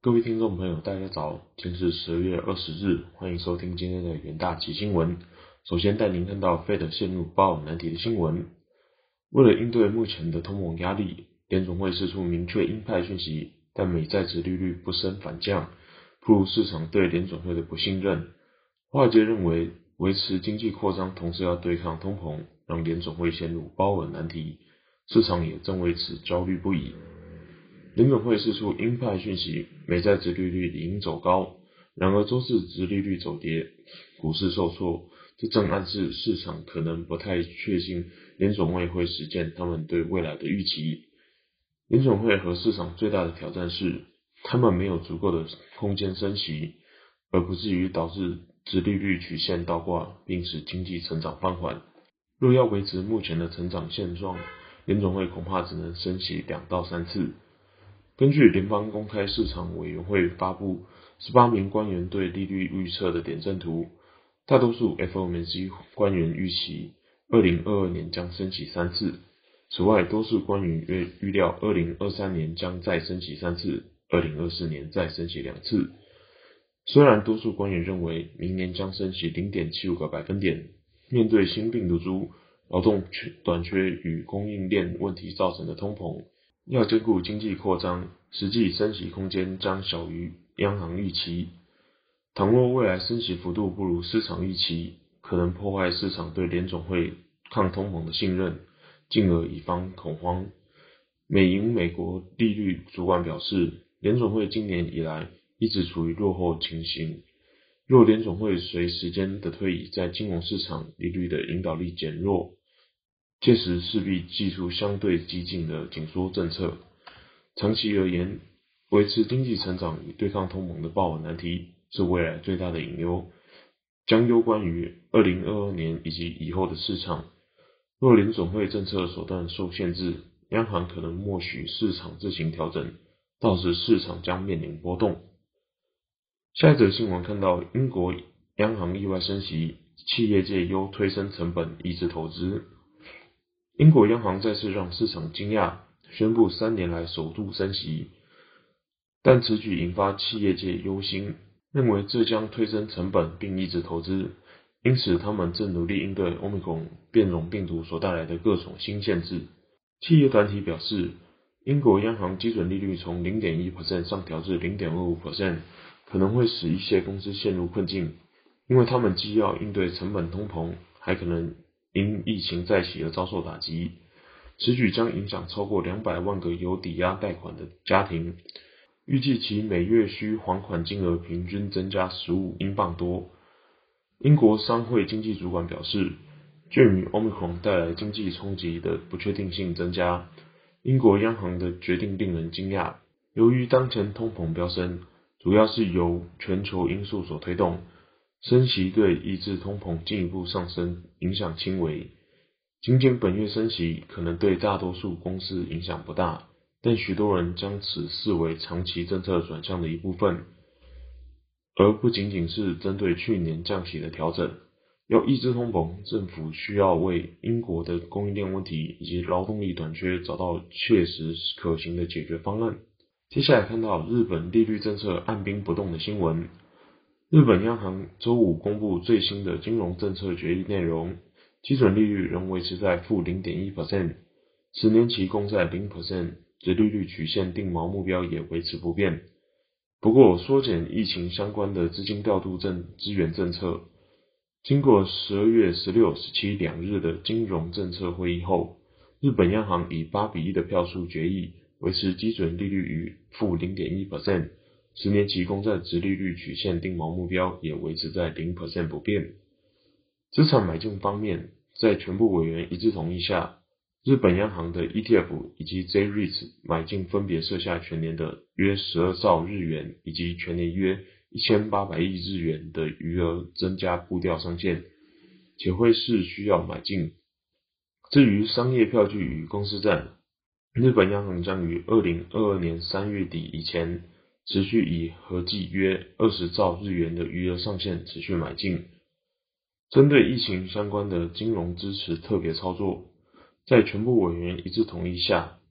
各位听众朋友，大家早，今天是12月20日，欢迎收听今天的元大奇新闻。首先带您看到 Fed 陷入鲍尔难题的新闻。为了应对目前的通膨压力，联总会释出明确鹰派讯息，但美债殖利率不升反降，暴露市场对联总会的不信任。华尔街认为，维持经济扩张，同时要对抗通膨，让联总会陷入鲍尔难题，市场也正为此焦虑不已。联总会释出鹰派讯息，美债殖利率理应走高，然而周四殖利率走跌，股市受挫，这正暗示市场可能不太确信联总会会实现他们对未来的预期。联总会和市场最大的挑战是，他们没有足够的空间升息，而不至于导致殖利率曲线倒挂，并使经济成长放缓。若要维持目前的成长现状，联总会恐怕只能升息2到3次。根据联邦公开市场委员会发布18名官员对利率预测的点阵图，大多数 FOMC 官员预期2022年将升息3次，此外多数官员预料2023年将再升息3次，2024年再升息2次。虽然多数官员认为明年将升息 0.75 个百分点，面对新病毒株、劳动短缺与供应链问题造成的通膨，要兼顾经济扩张，实际升息空间将小于央行预期。倘若未来升息幅度不如市场预期，可能破坏市场对联总会抗通膨的信任，进而引发恐慌。美银美国利率主管表示，联总会今年以来一直处于落后情形。若联总会随时间的推移，在金融市场利率的引导力减弱，届时势必祭出相对激进的紧缩政策。长期而言，维持经济成长与对抗通膨的鲍尔难题是未来最大的隐忧，将攸关于2022年以及以后的市场。若联总会政策手段受限制，央行可能默许市场自行调整，到时市场将面临波动。下一则新闻看到英国央行意外升息，企业界忧推升成本抑制投资。英国央行再次让市场惊讶，宣布3年来首度升息，但此举引发企业界忧心，认为这将推升成本并抑制投资，因此他们正努力应对 Omicron 变种病毒所带来的各种新限制。企业团体表示，英国央行基准利率从 0.1% 上调至 0.25%， 可能会使一些公司陷入困境，因为他们既要应对成本通膨，还可能因疫情再起而遭受打击。此举将影响超过200万个有抵押贷款的家庭，预计其每月需还款金额平均增加15英镑多。英国商会经济主管表示，鉴于 Omicron 带来经济冲击的不确定性增加，英国央行的决定令人惊讶。由于当前通膨飙升，主要是由全球因素所推动，升息对抑制通膨进一步上升影响轻微。仅仅本月升息可能对大多数公司影响不大，但许多人将此视为长期政策转向的一部分，而不仅仅是针对去年降息的调整。要抑制通膨，政府需要为英国的供应链问题以及劳动力短缺找到切实可行的解决方案。接下来看到日本利率政策按兵不动的新闻。日本央行周五公布最新的金融政策决议内容，基准利率仍维持在负 0.1%， 10年期公债 0%， 殖利率曲线定锚目标也维持不变。不过缩减疫情相关的资金调度支援政策，经过12月16、17两日的金融政策会议后，日本央行以8-1的票数决议维持基准利率于负 0.1%， 10年期公债殖利率曲线定锚目标也维持在 0% 不变。资产买进方面，在全部委员一致同意下，日本央行的 ETF 以及 J-REITs 买进分别设下全年的约12兆日元以及全年约1800亿日元的余额增加步调上限，且会视需要买进。至于商业票据与公司债，日本央行将于2022年3月底以前持续以合计约20兆日元的余额上限持续买进。针对疫情相关的金融支持特别操作，在全部委员一致同意下，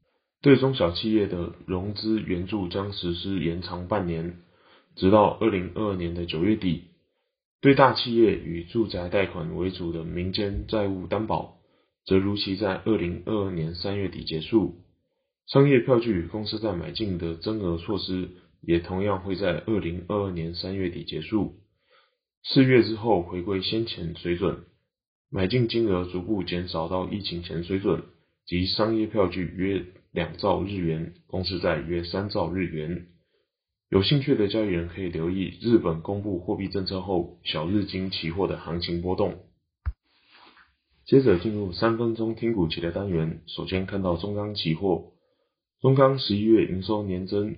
对中小企业的融资援助将实施延长半年，直到2022年的9月底。对大企业与住宅贷款为主的民间债务担保，则如期在2022年3月底结束。商业票据与公司债买进的增额措施，也同样会在2022年3月底结束。4月之后回归先前水准，买进金额逐步减少到疫情前水准，即商业票据约2兆日元，公司债约3兆日元。有兴趣的交易人可以留意日本公布货币政策后小日经期货的行情波动。接着进入3分钟听股期的单元，首先看到中钢期货。中钢11月营收年增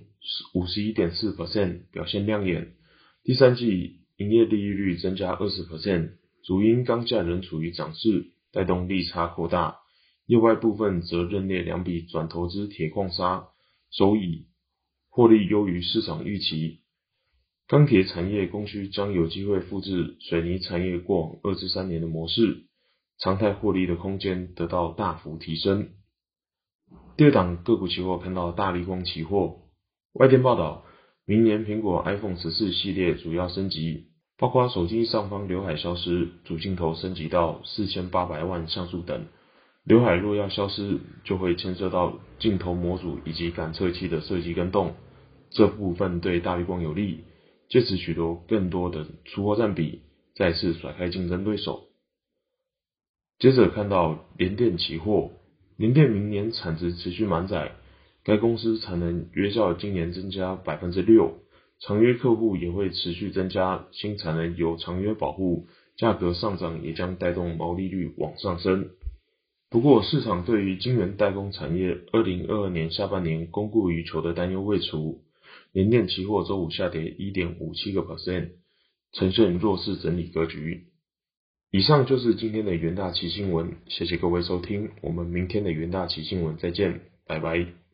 51.4%， 表现亮眼。第三季营业利益率增加 20%， 主因钢价仍处于涨势，带动利差扩大。业外部分则认列2笔转投资铁矿砂收益，获利优于市场预期。钢铁产业供需将有机会复制水泥产业过往2至3年的模式，常态获利的空间得到大幅提升。第二档个股期货看到大立光期货。外电报道，明年苹果 iPhone 14系列主要升级，包括手机上方刘海消失、主镜头升级到4800万像素等。刘海若要消失，就会牵涉到镜头模组以及感测器的设计更动，这部分对大立光有利，借此取得更多的出货占比，再次甩开竞争对手。接着看到联电期货。联电明年产值持续满载，该公司产能约较今年增加 6%， 长约客户也会持续增加，新产能有长约保护，价格上涨也将带动毛利率往上升。不过市场对于晶圆代工产业2022年下半年供过于求的担忧未除，联电期货周五下跌 1.57%， 呈现弱势整理格局。以上就是今天的元大奇新闻，谢谢各位收听，我们明天的元大奇新闻再见，拜拜。